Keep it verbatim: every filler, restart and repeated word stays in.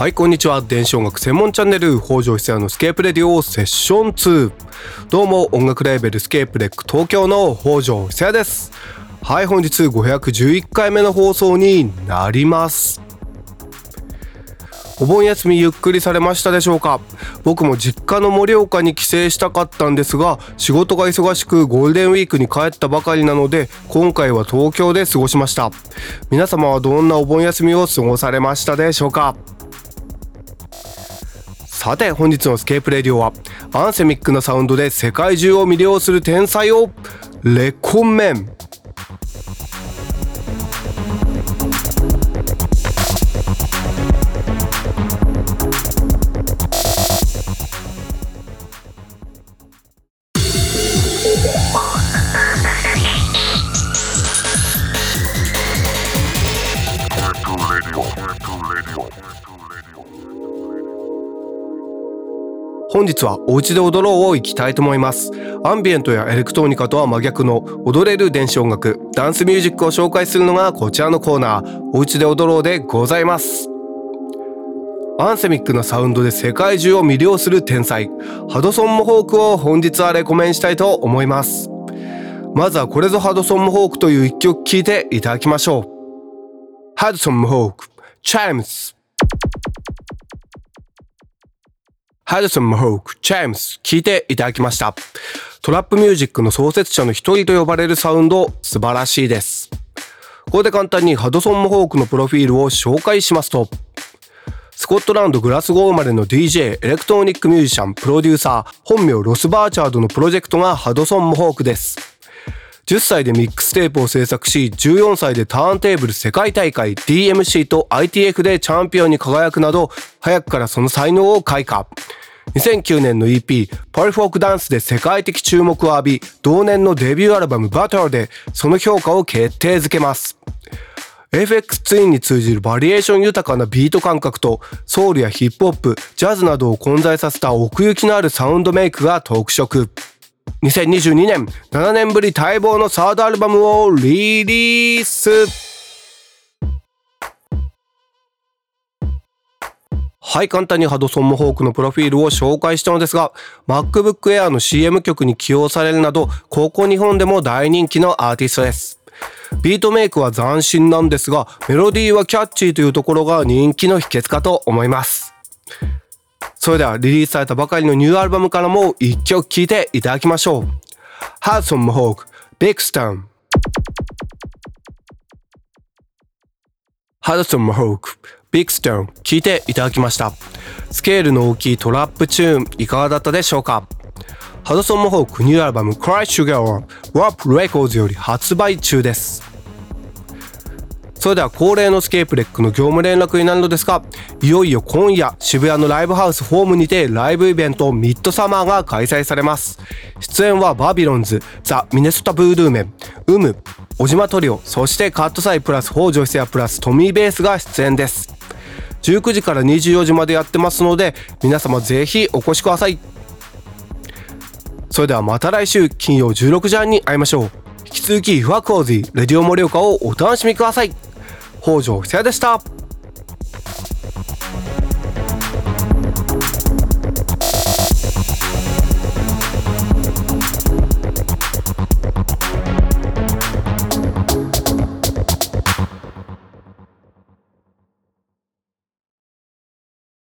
はい、こんにちは。電子音楽専門チャンネル北条久也のスケープレディオセッションツー。どうも、音楽レーベルスケープレック東京の北条久也です。はい、本日ごひゃくじゅういっかいめの放送になります。お盆休みゆっくりされましたでしょうか。僕も実家の盛岡に帰省したかったんですが、仕事が忙しくゴールデンウィークに帰ったばかりなので、今回は東京で過ごしました。皆様はどんなお盆休みを過ごされましたでしょうか。さて、本日のスケープレディオはアンセミックなサウンドで世界中を魅了する天才をレコメン。本日はおうちで踊ろうを行きたいと思います。アンビエントやエレクトロニカとは真逆の踊れる電子音楽、ダンスミュージックを紹介するのがこちらのコーナー、おうちで踊ろうでございます。アンセミックなサウンドで世界中を魅了する天才、ハドソン・モホークを本日はレコメンしたいと思います。まずはこれぞハドソン・モホークという一曲聴いていただきましょう。ハドソン・モホーク、チャイムズ。ハドソン・モホーク、チャイムズ聴いていただきました。トラップミュージックの創設者の一人と呼ばれるサウンド、素晴らしいです。ここで簡単にハドソン・モホークのプロフィールを紹介しますと、スコットランド・グラスゴー生まれの ディージェー、エレクトロニックミュージシャン、プロデューサー、本名ロス・バーチャードのプロジェクトがハドソン・モホークです。じゅっさいでミックステープを制作し、じゅうよんさいでターンテーブル世界大会 ディーエムシー と アイティーエフ でチャンピオンに輝くなど、早くからその才能を開花。にせんきゅうねんの イーピー パリフォークダンスで世界的注目を浴び、同年のデビューアルバムバトルでその評価を決定づけます。エフエックス ツインに通じるバリエーション豊かなビート感覚とソウルやヒップホップ、ジャズなどを混在させた奥行きのあるサウンドメイクが特色。にせんにじゅうにねん、ななねんぶり待望のサードアルバムをリリース。はい、簡単にハドソン・モホークのプロフィールを紹介したのですが、 MacBook Air の シーエム 曲に起用されるなど、ここ日本でも大人気のアーティストです。ビートメイクは斬新なんですが、メロディーはキャッチーというところが人気の秘訣かと思います。それではリリースされたばかりのニューアルバムからも一曲聴いていただきましょう。ハドソン・モホーク、ビッグストーン。ハドソン・モホーク、ビッグストーン聴いていただきました。スケールの大きいトラップチューンいかがだったでしょうか。ハドソン・モホークニューアルバム Cry Sugar は ワープ Records より発売中です。それでは恒例のスケープレックの業務連絡になるのですが、いよいよ今夜渋谷のライブハウスホームにてライブイベントミッドサマーが開催されます。出演はバビロンズ、ザ・ミネソタ・ブードゥーメン、ウム、小島トリオ、そしてカットサイプラス北条久也プラストミーベースが出演です。じゅうくじからにじゅうよじまでやってますので、皆様ぜひお越しください。それではまた来週金曜じゅうろくじはんに会いましょう。引き続きフワコーズィレディオ盛岡をお楽しみください。北条久也でした。